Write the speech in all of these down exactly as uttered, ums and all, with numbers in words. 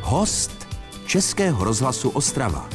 Host Českého rozhlasu Ostrava.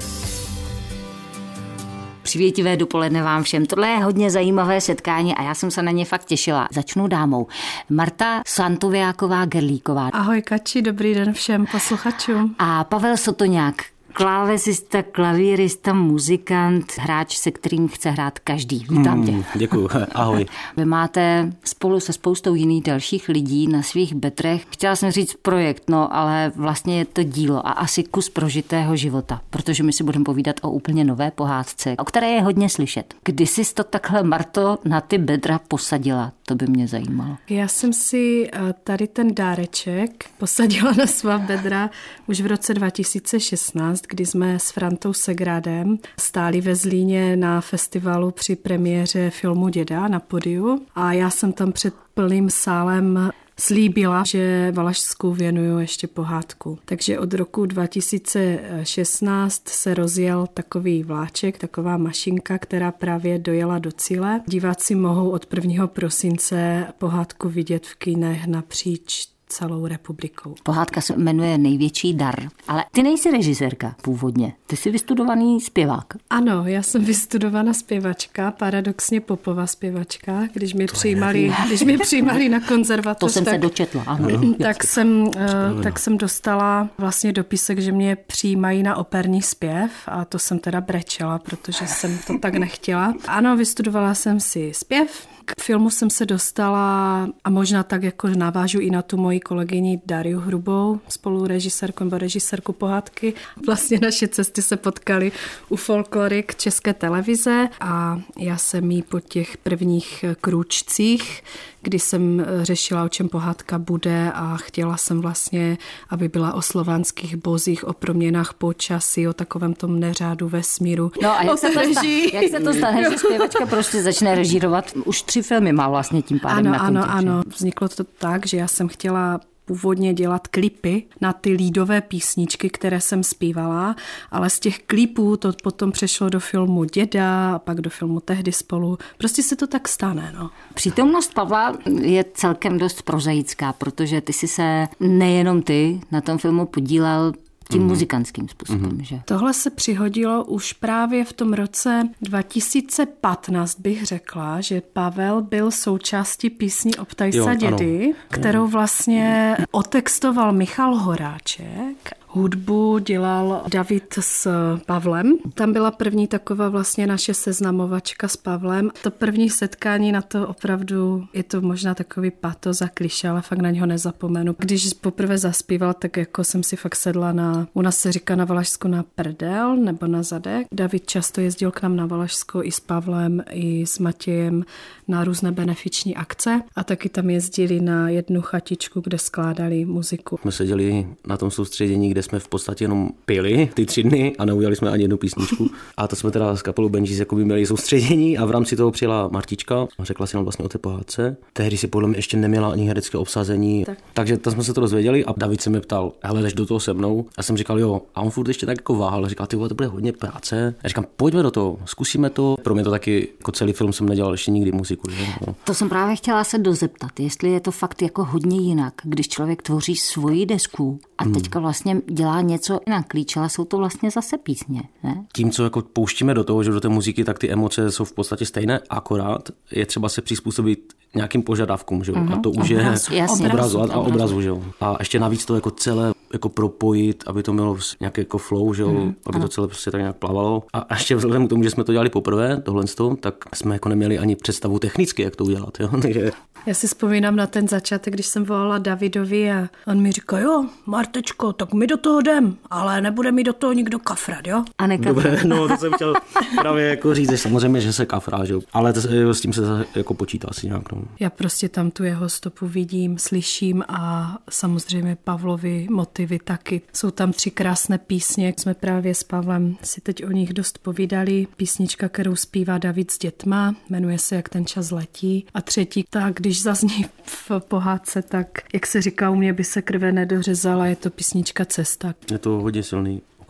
Přívětivé dopoledne vám všem. Tohle je hodně zajímavé setkání a já jsem se na ně fakt těšila. Začnu dámou. Marta Santoviáková-Gerlíková. Ahoj Kači, dobrý den všem posluchačům. A Pavel Sotoňák, klávesista, klavírista, muzikant, hráč, se kterým chce hrát každý. Vítám tě. Hmm, děkuju, ahoj. Vy máte spolu se spoustou jiných dalších lidí na svých betrech, chtěla jsem říct projekt, no ale vlastně je to dílo a asi kus prožitého života, protože my si budeme povídat o úplně nové pohádce, o které je hodně slyšet. Kdy jsi to takhle, Marto, na ty bedra posadila? To by mě zajímalo. Já jsem si tady ten dáreček posadila na svá bedra už v roce dva tisíce šestnáct, kdy jsme s Frantou Segrádem stáli ve Zlíně na festivalu při premiéře filmu Děda na podiu a já jsem tam před plným sálem slíbila, že Valašsku věnuju ještě pohádku. Takže od roku dva tisíce šestnáct se rozjel takový vláček, taková mašinka, která právě dojela do cíle. Diváci mohou od prvního prosince pohádku vidět v kinech napříč celou republikou. Pohádka se jmenuje Největší dar, ale ty nejsi režisérka původně, ty jsi vystudovaný zpěvák. Ano, já jsem vystudovaná zpěvačka, paradoxně popová zpěvačka, když mě přijímali, když mě přijímali na konzervatoř. To jsem tak, se dočetla, ano. Tak jsem, tak jsem dostala vlastně dopisek, že mě přijímají na operní zpěv a to jsem teda brečela, protože jsem to tak nechtěla. Ano, vystudovala jsem si zpěv. K filmu jsem se dostala a možná tak jako navážu i na tu moji kolegyni Dariu Hrubou, spolurežisérku nebo režisérku pohádky. Vlastně naše cesty se potkaly u Folklorik České televize a já jsem jí po těch prvních krůčcích, kdy jsem řešila, o čem pohádka bude a chtěla jsem vlastně, aby byla o slovanských bozích, o proměnách počasí, o takovém tom neřádu vesmíru. No a jak se, to stane, jak se to stane, že zpěvačka prostě začne režírovat? Už tři filmy má vlastně tím pádem ano, na konci. Ano, ano, vzniklo to tak, že já jsem chtěla původně dělat klipy na ty lídové písničky, které jsem zpívala, ale z těch klipů to potom přešlo do filmu Děda a pak do filmu Tehdy spolu. Prostě se to tak stane, no. Přítomnost Pavla je celkem dost prozaická, protože ty si se nejenom ty na tom filmu podílel tím muzikantským způsobem, mm-hmm. že? Tohle se přihodilo už právě v tom roce dva tisíce patnáct, bych řekla, že Pavel byl součástí písní Optajsa dědy, ano. kterou vlastně otextoval Michal Horáček. Hudbu dělal David s Pavlem. Tam byla první taková vlastně naše seznamovačka s Pavlem. To první setkání na to opravdu, je to možná takový patos a klišé, ale fakt na něho nezapomenu. Když poprvé zaspíval, tak jako jsem si fakt sedla na, u nás se říká na Valašsku na prdel nebo na zadek. David často jezdil k nám na Valašsko i s Pavlem, i s Matějem na různé benefiční akce a taky tam jezdili na jednu chatičku, kde skládali muziku. My seděli na tom soustředění, kde jsme v podstatě jenom pili ty tři dny a neudělali jsme ani jednu písničku. A to jsme teda s kapelou Benjis jakoby měli soustředění a v rámci toho přijela Martička a řekla si nám vlastně o té pohádce. Tehdy si podle mě ještě neměla ani herecké obsazení, tak. takže tam jsme se to dozvěděli a David se mě ptal, hele, jdeš do toho se mnou? A jsem říkal, jo. A on furt ještě tak jako váhal, říkal, ty vole, to bude hodně práce. A říkám, pojďme do toho, zkusíme to. Pro mě to taky, jako celý film jsem nedělal ještě nikdy muziku. Že? No. To jsem právě chtěla se dozeptat, jestli je to fakt jako hodně jinak, když člověk tvoří svoji desku a teďka vlastně dělá něco jinak. Klíčela jsou to vlastně zase písně, ne? Tím, co jako pouštíme do toho, že do té muziky, tak ty emoce jsou v podstatě stejné, akorát je třeba se přizpůsobit nějakým požadavkům, že? Uh-huh. A to už Obraz, je jasně. obrazu a, a obrazu, že? A ještě navíc to jako celé jako propojit, aby to mělo nějaké jako flow, že? Uh-huh. Aby to celé prostě tak nějak plavalo. A ještě vzhledem k tomu, že jsme to dělali poprvé, tohle z toho, tak jsme jako neměli ani představu technicky, jak to udělat, jo? Takže... Já si vzpomínám na ten začátek, když jsem volala Davidovi a on mi říká, jo, Martečko, tak my do toho jdem, ale nebude mi do toho nikdo kafrat, jo? A ne kafrat. Dobré, no to jsem chtěl právě jako říct, samozřejmě, že se kafrá, že jo? Ale to, s tím se jako počítá asi nějak, no. Já prostě tam tu jeho stopu vidím, slyším a samozřejmě Pavlovi motivy taky. Jsou tam tři krásné písně, jsme právě s Pavlem si teď o nich dost povídali. Písnička, kterou zpívá David s dětma, jmenuje se Jak ten čas letí. A třetí, tak když zazní v pohádce, tak jak se říká, u mě by se krve nedořezala, je to písnička Cesta. Je to hodně silný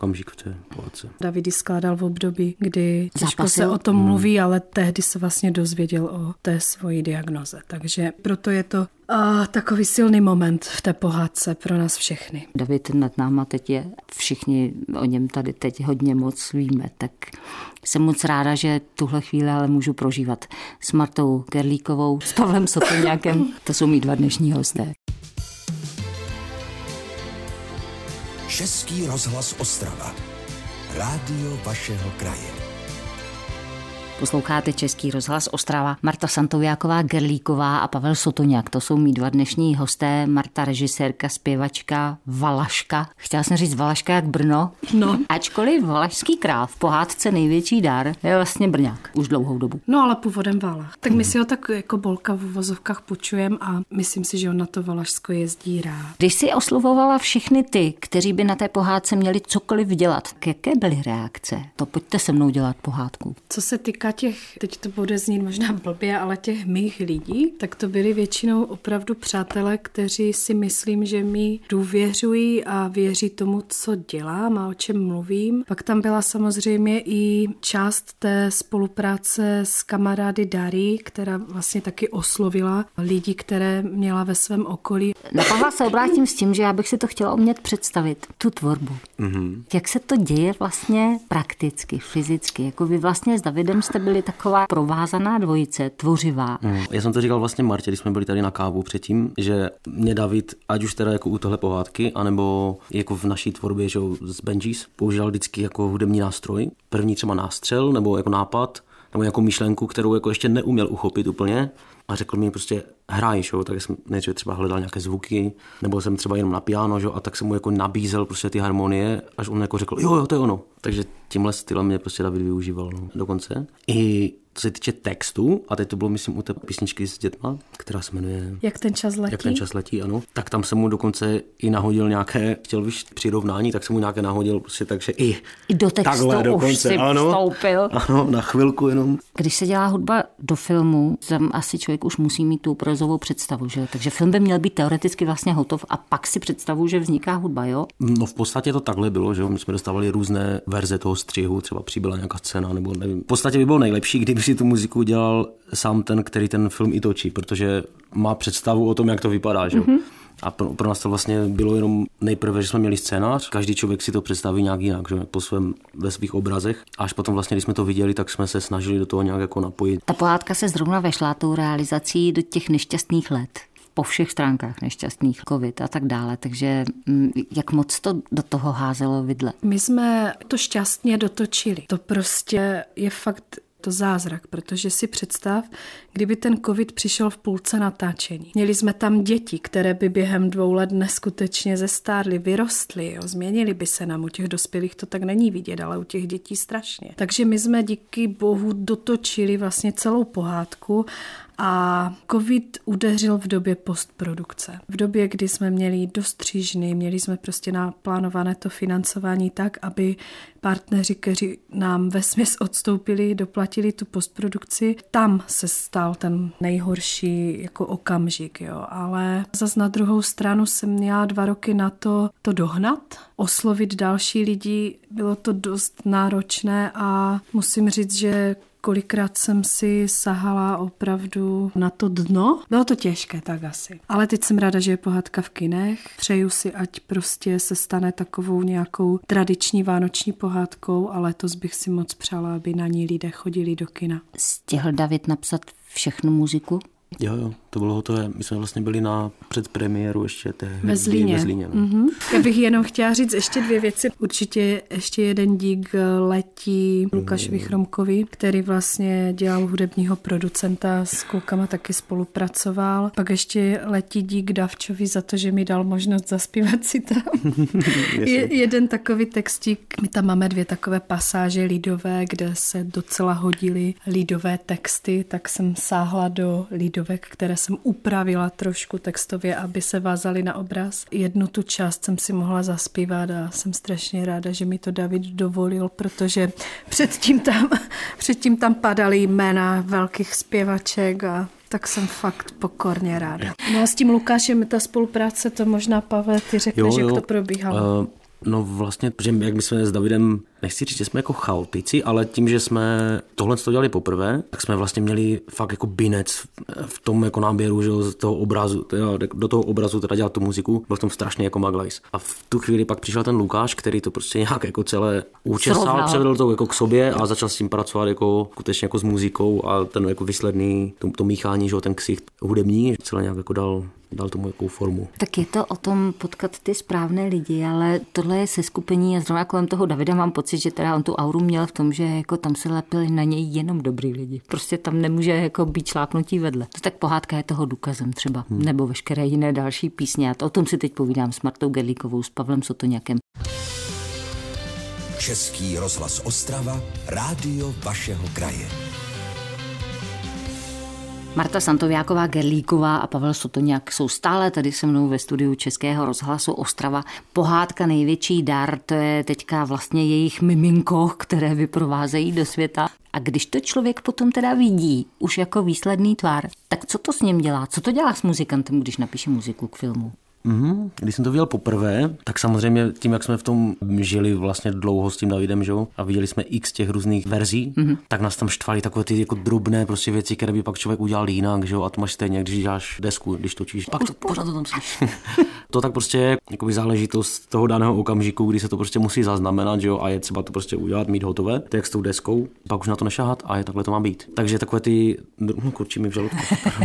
okamžik v té pohádce. David skládal v období, kdy těžko Zápasil. se o tom mluví, ale tehdy se vlastně dozvěděl o té svojí diagnoze. Takže proto je to a, takový silný moment v té pohádce pro nás všechny. David nad náma teď je, všichni o něm tady teď hodně moc víme, tak jsem moc ráda, že tuhle chvíli ale můžu prožívat s Martou Gerlíkovou, s Pavlem Sotoňákem. To jsou mý dva dnešní hosté. Český rozhlas Ostrava. Rádio vašeho kraje. Posloucháte Český rozhlas Ostrava. Marta Santoviáková Gerlíková a Pavel Sotoňák. To jsou mý dva dnešní hosté. Marta režisérka, zpěvačka, Valaška. Chtěla jsem říct Valaška jak Brno. No. Ačkoliv Valašský král v pohádce Největší dar je vlastně Brňák. Už dlouhou dobu. No ale původem Valach. Tak my si ho tak jako Bolka v uvozovkách půjčujeme a myslím si, že on na to Valašsko jezdí rád. Když si oslovovala všechny ty, kteří by na té pohádce měli cokoliv dělat, jaké byly reakce? To pojďte se mnou dělat pohádku. Co se týká těch, teď to bude znít možná blbě, ale těch mých lidí, tak to byli většinou opravdu přátelé, kteří si myslím, že mi důvěřují a věří tomu, co dělám a o čem mluvím. Pak tam byla samozřejmě i část té spolupráce s kamarády Dary, která vlastně taky oslovila lidi, které měla ve svém okolí. Na Pavla se obrátím s tím, že já bych si to chtěla umět představit, tu tvorbu. Mm-hmm. Jak se to děje vlastně prakticky, fyzicky? Jako vy vlastně s Davidem jste byli taková provázaná dvojice, tvořivá. Mm. Já jsem to říkal vlastně Martě, když jsme byli tady na kávu předtím, že mě David, ať už teda jako u tohle pohádky, anebo jako v naší tvorbě, že z Benjis, používal vždycky jako hudební nástroj. První třeba nástřel, nebo jako nápad, nebo jako myšlenku, kterou jako ještě neuměl uchopit úplně. A řekl mi prostě hraj, šo? Tak jsem nejdřív třeba hledal nějaké zvuky, nebo jsem třeba jenom na piano, šo? A tak jsem mu jako nabízel prostě ty harmonie, až on jako řekl, jo, jo, to je ono. Takže tímhle stylem mě prostě David využíval, no, dokonce. I co se týče textu, a teď to bylo, myslím, u té písničky s dětma, která se jmenuje Jak ten čas letí. Jak ten čas letí, ano. Tak tam jsem mu dokonce i nahodil nějaké, chtěl víš, přirovnání, tak jsem mu nějaké nahodil, prostě takže i, I do textu takhle dokonce, už si ano, vstoupil. Ano, na chvilku jenom. Když se dělá hudba do filmu, tam asi člověk už musí mít tu obrazovou představu, že? Takže film by měl být teoreticky vlastně hotov a pak si představu, že vzniká hudba, jo? No v podstatě to takhle bylo, že my jsme dostávali různé verze toho střihu, třeba přibyla nějaká scéna, nebo nevím. V podstatě by bylo nejlepší, kdyby si tu muziku dělal sám ten, který ten film i točí, protože má představu o tom, jak to vypadá, že? Mm-hmm. A pro, pro nás to vlastně bylo jenom nejprve, že jsme měli scénář, každý člověk si to představí nějak jinak, že? Po svém, ve svých obrazech. Až potom vlastně, když jsme to viděli, tak jsme se snažili do toho nějak jako napojit. Ta pohádka se zrovna vešla tou realizací do těch nešťastných let. Po všech stránkách nešťastných, covid a tak dále, takže jak moc to do toho házelo vidle? My jsme to šťastně dotočili. To prostě je fakt to zázrak, protože si představ, kdyby ten covid přišel v půlce natáčení. Měli jsme tam děti, které by během dvou let neskutečně zestárly, vyrostly, jo, změnili by se nám. U těch dospělých to tak není vidět, ale u těch dětí strašně. Takže my jsme díky bohu dotočili vlastně celou pohádku a covid udeřil v době postprodukce. V době, kdy jsme měli dost střížny, měli jsme prostě naplánované to financování tak, aby partneři, kteří nám vesměs odstoupili, doplatili tu postprodukci. Tam se stal ten nejhorší jako okamžik, jo. Ale zas na druhou stranu jsem měla dva roky na to, to dohnat, oslovit další lidi. Bylo to dost náročné a musím říct, že kolikrát jsem si sahala opravdu na to dno. Bylo to těžké, tak asi. Ale teď jsem ráda, že je pohádka v kinech. Přeju si, ať prostě se stane takovou nějakou tradiční vánoční pohádkou, a letos bych si moc přála, aby na ní lidé chodili do kina. Stihl David napsat všechnu muziku? Jo, jo, to bylo hotové. My jsme vlastně byli na předpremiéru ještě té ve Zlíně. Ve Zlíně no. mm-hmm. Já bych jenom chtěla říct ještě dvě věci. Určitě ještě jeden dík letí Lukášovi Chromkovi, který vlastně dělal hudebního producenta, s klukama taky spolupracoval. Pak ještě letí dík Davčovi za to, že mi dal možnost zaspívat si tam. Je, jeden takový textík. My tam máme dvě takové pasáže lidové, kde se docela hodily lidové texty, tak jsem sáhla do lidové, které jsem upravila trošku textově, aby se vázaly na obraz. Jednu tu část jsem si mohla zaspívat a jsem strašně ráda, že mi to David dovolil, protože předtím tam, předtím tam padaly jména velkých zpěvaček a tak jsem fakt pokorně ráda. No a s tím Lukášem ta spolupráce, to možná, Pavel, ty řekneš, jak to probíhalo. Uh... No vlastně, protože jak my jsme s Davidem, nechci říct, že jsme jako chaotici, ale tím, že jsme tohle to dělali poprvé, tak jsme vlastně měli fakt jako binec v tom jako náběru, že z toho obrazu, teda do toho obrazu teda dělat tu muziku, byl v tom strašně jako maglajs. A v tu chvíli pak přišel ten Lukáš, který to prostě nějak jako celé učesal, převedl to jako k sobě a začal s tím pracovat jako skutečně jako s muzikou a ten jako výsledný, to, to míchání, že ten ksicht hudební, celé nějak jako dal dal tomu jakou formu. Tak je to o tom potkat ty správné lidi, ale tohle je seskupení a zrovna kolem toho Davida mám pocit, že teda on tu auru měl v tom, že jako tam se lepili na něj jenom dobrý lidi. Prostě tam nemůže jako být šlápnutí vedle. To tak pohádka je toho důkazem třeba. Hmm. Nebo veškeré jiné další písně. A to, o tom si teď povídám s Martou Gerlíkovou, s Pavlem Sotoňakem. Český rozhlas Ostrava, rádio vašeho kraje. Marta Santoviáková Gerlíková a Pavel Sotoňak jsou stále tady se mnou ve studiu Českého rozhlasu Ostrava. Pohádka Největší dar, to je teďka vlastně jejich miminko, které vyprovázejí do světa. A když to člověk potom teda vidí už jako výsledný tvar, tak co to s ním dělá? Co to dělá s muzikantem, když napíše muziku k filmu? Mm-hmm. Když jsem to viděl poprvé, tak samozřejmě tím, jak jsme v tom žili vlastně dlouho s tím Davidem, že? A viděli jsme x těch různých verzí, mm-hmm. tak nás tam štvali takové ty jako drobné prostě věci, které by pak člověk udělal jinak, že? A to máš stejně, když děláš desku, když točíš, pak to pořád to tam slyšíš. To tak prostě je jakoby záležitost toho daného okamžiku, kdy se to prostě musí zaznamenat, že jo, a je třeba to prostě udělat, mít hotové, tak jak s tou deskou, pak už na to nešahat a je takhle to má být. Takže takové ty, no, kurčí mi v žaludku,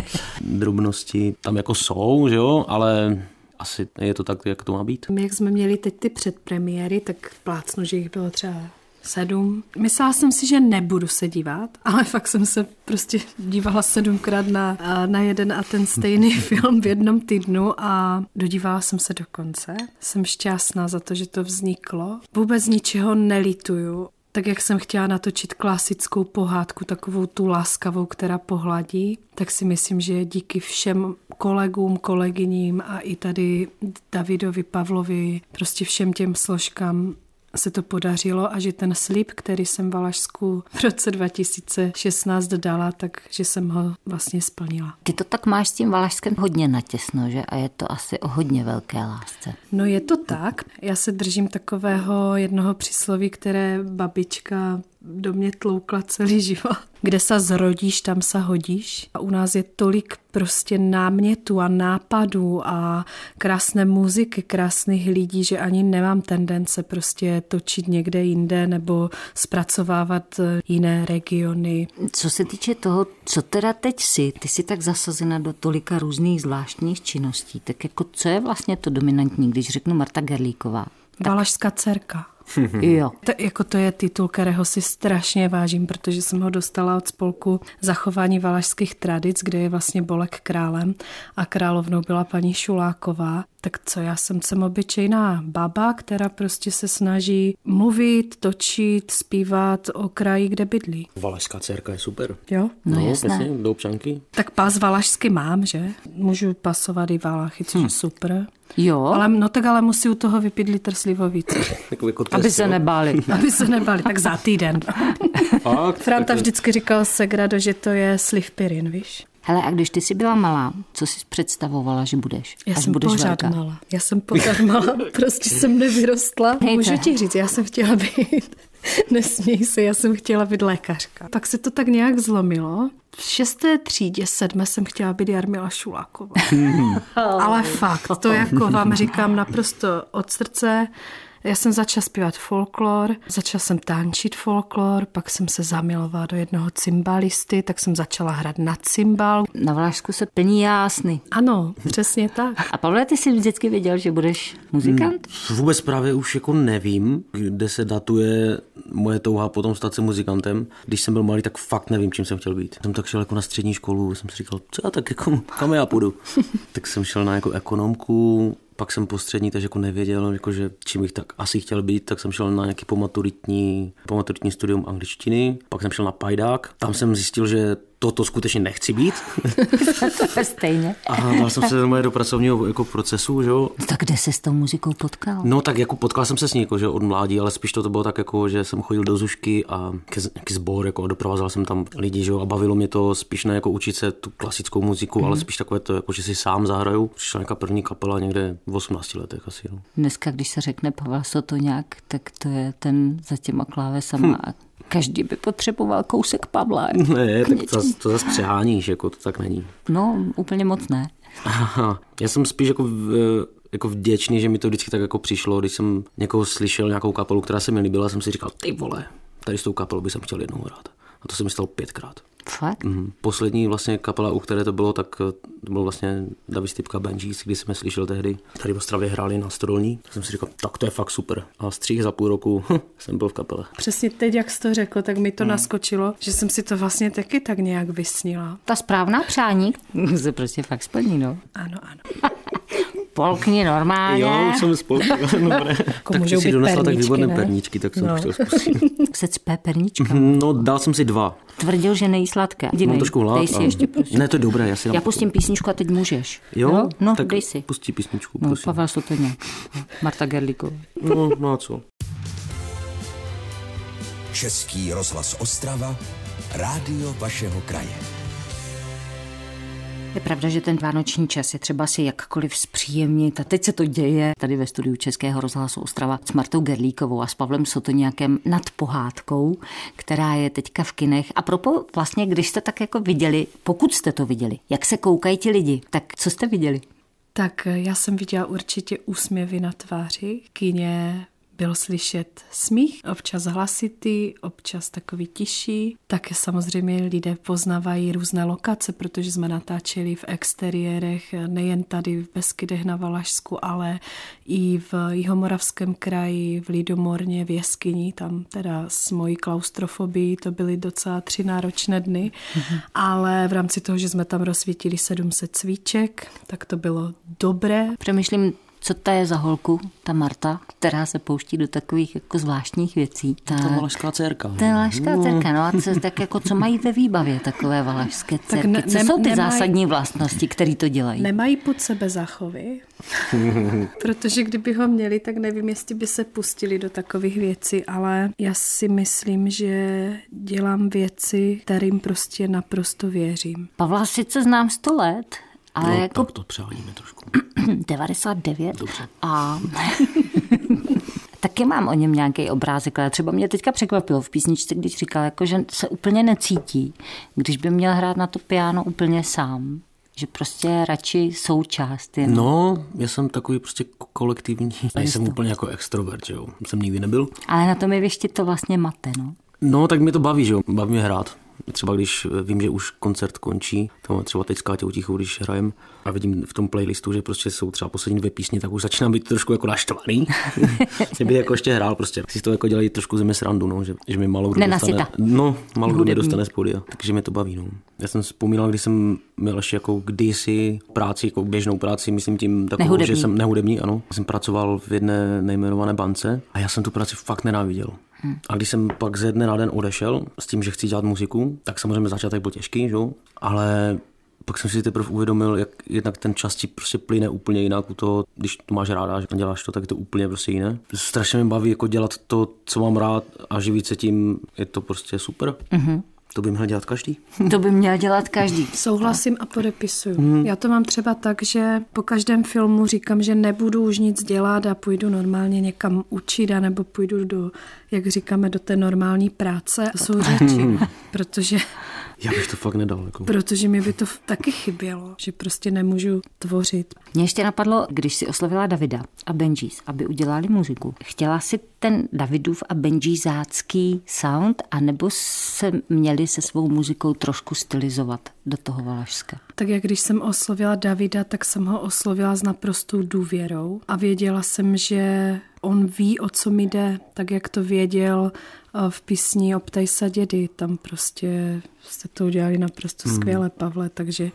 drobnosti tam jako jsou, že jo, ale asi je to tak, jak to má být. My, jak jsme měli teď ty předpremiéry, tak plácnu, že jich bylo třeba sedm. Myslela jsem si, že nebudu se dívat, ale fakt jsem se prostě dívala sedmkrát na, na jeden a ten stejný film v jednom týdnu a dodívala jsem se do konce. Jsem šťastná za to, že to vzniklo. Vůbec ničeho nelituju. Tak jak jsem chtěla natočit klasickou pohádku, takovou tu láskavou, která pohladí, tak si myslím, že díky všem kolegům, kolegyním a i tady Davidovi, Pavlovi, prostě všem těm složkám se to podařilo a že ten slib, který jsem Valašsku v roce dva tisíce šestnáct dala, takže jsem ho vlastně splnila. Ty to tak máš s tím Valašskem hodně natěsno, že? A je to asi o hodně velké lásce. No je to tak. Já se držím takového jednoho přísloví, které babička do mě tloukla celý život. Kde se zrodíš, tam se hodíš. A u nás je tolik prostě námětů a nápadů a krásné muziky, krásných lidí, že ani nemám tendence prostě točit někde jinde nebo zpracovávat jiné regiony. Co se týče toho, co teda teď si, ty jsi tak zasazena do tolika různých zvláštních činností, tak jako co je vlastně to dominantní, když řeknu Marta Gerlíková? Valašská dcerka. Jo. To, jako to je titul, kterého si strašně vážím, protože jsem ho dostala od spolku Zachování valašských tradic, kde je vlastně Bolek králem a královnou byla paní Šuláková. Tak co, já jsem jsem obyčejná baba, která prostě se snaží mluvit, točit, zpívat o kraji, kde bydlí. Valašská dcerka je super. Jo? No, no jasné. Jasně, do občanky. Tak pás valašsky mám, že? Můžu pasovat i Valachy, což je hmm. super. Jo. Ale, no tak ale musí u toho vypít litr slivovice. jako test, Aby se jo? nebáli. Aby se nebáli, tak za týden. Fakt? Franta vždycky říkal Segrado, že to je sliv pirin, víš? Hele, a když ty jsi byla malá, co jsi představovala, že budeš? Já Až jsem budeš pořád velká? malá. Já jsem pořád malá, prostě jsem nevyrostla. Hejte. Můžu ti říct, já jsem chtěla být, nesměj se, já jsem chtěla být lékařka. Pak se to tak nějak zlomilo. V šesté třídě, sedmé jsem chtěla být Jarmila Šuláková. Ale fakt, to jako vám říkám naprosto od srdce. Já jsem začala zpívat folklor, začala jsem tančit folklor, pak jsem se zamilovala do jednoho cymbalisty, tak jsem začala hrát na cymbal. Na Valašsku se plní jásny. Ano, přesně tak. A Pavle, ty jsi vždycky věděl, že budeš muzikant? Hmm, vůbec právě už jako nevím, kde se datuje moje touha potom stát se muzikantem. Když jsem byl malý, tak fakt nevím, čím jsem chtěl být. Jsem tak šel jako na střední školu, jsem si říkal, co já tak jako, kam já půjdu? Tak jsem šel na jako ekonomku, pak jsem postřední, takže jako nevěděl, jako, že čím bych tak asi chtěl být, tak jsem šel na nějaký pomaturitní, pomaturitní studium angličtiny, pak jsem šel na Pajdák, tam jsem zjistil, že toto skutečně nechci být. To je stejně. A dal jsem se do pracovního jako procesu, že jo. Tak kde se s tou muzikou potkal? No tak jako potkal jsem se s ní, jako, že od mládí, ale spíš to, to bylo tak jako, že jsem chodil do Zušky a nějaký sbor, jako doprovázel jsem tam lidi, že jo, a bavilo mě to spíš ne jako učit se tu klasickou muziku, mm. ale spíš takové to, jako, že si sám zahraju. Přišla nějaká první kapela někde v osmnácti letech asi. No. Dneska, když se řekne Pavel Sotoňák, tak to je ten za těma klávesama. Hm. Každý by potřeboval kousek Pavla. Ne, tak to, to zase přeháníš, jako to tak není. No, úplně moc ne. Aha, já jsem spíš jako, v, jako vděčný, že mi to vždycky tak jako přišlo, když jsem někoho slyšel, nějakou kapelu, která se mi líbila, jsem si říkal, ty vole, tady s tou kapelou bych jsem chtěl jednou hrát. A to se mi stalo pětkrát. Fakt? Mm. Poslední vlastně kapela, u které to bylo, tak to byl vlastně David Stipka Benjis, když jsme slyšel tehdy. Tady v Ostravě hráli na Stodolní. Tak jsem si říkal, tak to je fakt super. A střih za půl roku hm, jsem byl v kapele. Přesně teď, jak jsi to řekl, tak mi to mm. naskočilo, že jsem si to vlastně taky tak nějak vysnila. Ta správná přání se prostě fakt splní, no. Ano, ano. Polkni normálně. Jo, už jsem spolkl. Tak když si donesla tak výborné ne? perníčky, tak jsem no. chtěl zkusit. Se cpe perníčka? No, dal jsem si dva. Tvrdil, že nejí sladké. Mám trošku hlad. Dej si a... ještě, prosím. Ne, to je dobré. Já, si dám... já pustím písničku a teď můžeš. Jo? jo? No, tak dej si. Pustí písničku, no, prosím. Pavel Sotoňák. Marta Gerlíková. No, no a co? Český rozhlas Ostrava, rádio vašeho kraje. Je pravda, že ten vánoční čas je třeba si jakkoliv zpříjemnit a teď se to děje tady ve studiu Českého rozhlasu Ostrava s Martou Gerlíkovou a s Pavlem Sotoňákem nad pohádkou, která je teďka v kinech. A propo, vlastně, když jste tak jako viděli, pokud jste to viděli, jak se koukají ti lidi, tak co jste viděli? Tak já jsem viděla určitě úsměvy na tváři. V kině byl slyšet smích, občas hlasitý, občas takový tiší. Také samozřejmě lidé poznávají různé lokace, protože jsme natáčeli v exteriérech, nejen tady v Beskydech na Valašsku, ale i v Jihomoravském kraji, v Lidomorně, v jeskyni. Tam teda s mojí klaustrofobií to byly docela tři náročné dny, mm-hmm. ale v rámci toho, že jsme tam rozsvítili sedm set svíček, tak to bylo dobré. Přemýšlím, co to je za holku, ta Marta, která se pouští do takových jako zvláštních věcí. Ta, ta valašská dcerka. Ta valašská no. dcerka, no a co, tak jako, co mají ve výbavě takové valašské dcerky? Ne, co ne, jsou ty nemaj, zásadní vlastnosti, které to dělají? Nemají pod sebe záchovy, protože kdyby ho měli, tak nevím, jestli by se pustili do takových věcí, ale já si myslím, že dělám věci, kterým prostě naprosto věřím. Pavla sice znám sto let, ale no, jako... tak to přeháníme trošku. devadesát devět. Dobře. A taky mám o něm nějaký obrázek, ale třeba mě teďka překvapilo v písničce, když říkal, jako, že se úplně necítí, když by měl hrát na to piano úplně sám. Že prostě radši součást. Jen. No, já jsem takový prostě kolektivní. Nejsem úplně jako extrovert, že jo. Jsem nikdy nebyl. Ale na tom je ještě to vlastně mate, no. No, tak mě to baví, že jo. Baví mě hrát. Třeba když vím, že už koncert končí, to třeba teď s Káťou Tichou, když hrajem a vidím v tom playlistu, že prostě jsou třeba poslední dvě písně, tak už začínám být trošku jako naštvaný. Že bych jako ještě hrál prostě. Si to jako dělají trošku ze mě srandu, no, že, že mi málo kdo dostane. No, málo kdo mě dostane z pódia, takže mi to baví, no. Já jsem vzpomínal, když jsem měl ještě jako kdysi práci, jako běžnou práci, myslím tím takovou, nehudební. že jsem nehudební, ano. Jsem pracoval v jedné nejmenované bance a já jsem tu práci fakt nenáviděl. Hmm. A když jsem pak ze dne na den odešel s tím, že chci dělat muziku, tak samozřejmě začátek byl těžký, že? Ale pak jsem si teprve uvědomil, jak jednak ten čas ti prostě plyne úplně jinak u toho, když to máš ráda, že děláš to, tak je to úplně prostě jiné. Strašně mě baví jako dělat to, co mám rád a živit se tím, je to prostě super. Mm-hmm. To by měl dělat každý. To by měl dělat každý. Souhlasím a podepisuju. Hmm. Já to mám třeba tak, že po každém filmu říkám, že nebudu už nic dělat a půjdu normálně někam učit, nebo půjdu do, jak říkáme, do té normální práce. To jsou řeči, protože... Já bych to fakt nedal. Jako. Protože mi by to taky chybělo, že prostě nemůžu tvořit. Mě ještě napadlo, když si oslovila Davida a Benjis, aby udělali muziku. Chtěla si ten Davidův a Benjisácký sound, anebo se měli se svou muzikou trošku stylizovat do toho Valašska? Tak jak když jsem oslovila Davida, tak jsem ho oslovila s naprostou důvěrou a věděla jsem, že on ví, o co mi jde, tak jak to věděl v písni Optaj sa dědy. Tam prostě jste to udělali naprosto skvěle, Pavle, takže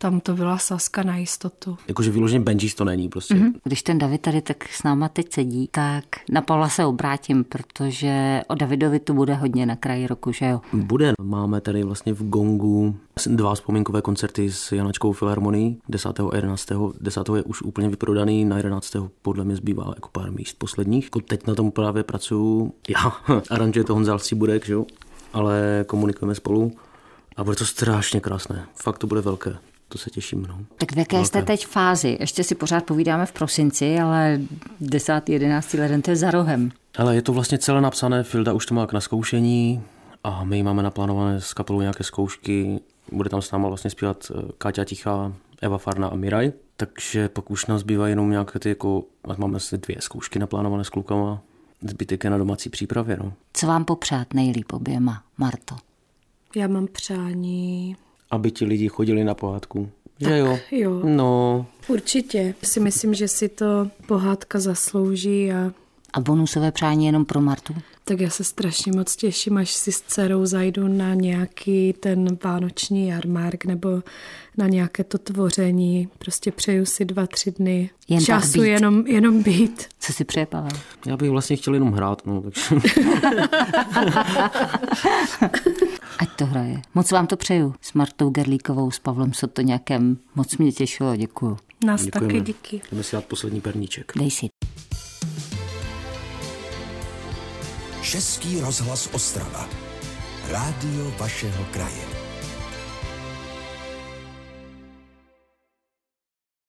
tam to byla sázka na jistotu. Jakože vyloženě Benjis to není prostě. Mm-hmm. Když ten David tady tak s náma teď sedí, tak na Pavla se obrátím, protože o Davidovi to bude hodně na kraji roku, že jo? Bude. Máme tady vlastně v Gongu dva vzpomínkové koncerty s Janačkou filharmonií, desátého a jedenáctého desátého je už úplně vyprodaný, na jedenáctého podle mě zbývá jako pár míst posledních. Jako teď na tom právě pracuju. Já aranžuje to Honza Alcibudek, že jo? Ale komunikujeme spolu a bude to strašně krásné. Fakt to bude velké. To se těším. No. Tak v jaké jste teď fázi? Ještě si pořád povídáme v prosinci, ale desátý jedenáctý leden to je za rohem. Ale je to vlastně celé napsané, Filda už to má k naskoušení a my máme naplánované s kapelou nějaké zkoušky. Bude tam s náma vlastně zpívat Káťa Tichá, Eva Farna a Miraj. Takže pak už nás zbývá jenom nějaké ty jako, máme asi dvě zkoušky naplánované s klukama. Zbytek je na domácí přípravě. No. Co vám popřát nejlíp oběma, Marto? Já mám přání... Aby ti lidi chodili na pohádku. Tak, že jo? jo? No. Určitě. Si myslím, že si to pohádka zaslouží a... A bonusové přání jenom pro Martu? Tak já se strašně moc těším, až si s dcerou zajdu na nějaký ten vánoční jarmark nebo na nějaké to tvoření. Prostě přeju si dva, tři dny Jen času jenom, jenom být. Co si přeje, Pavel? Já bych vlastně chtěl jenom hrát, no, takže... Ať to hraje. Moc vám to přeju. S Martou Gerlíkovou, s Pavlem Sotoňákem. Moc mě těšilo, děkuju. Nás Děkujeme. taky díky. Jdeme si dát poslední perníček. Dej si. Český rozhlas Ostrava. Rádio vašeho kraje.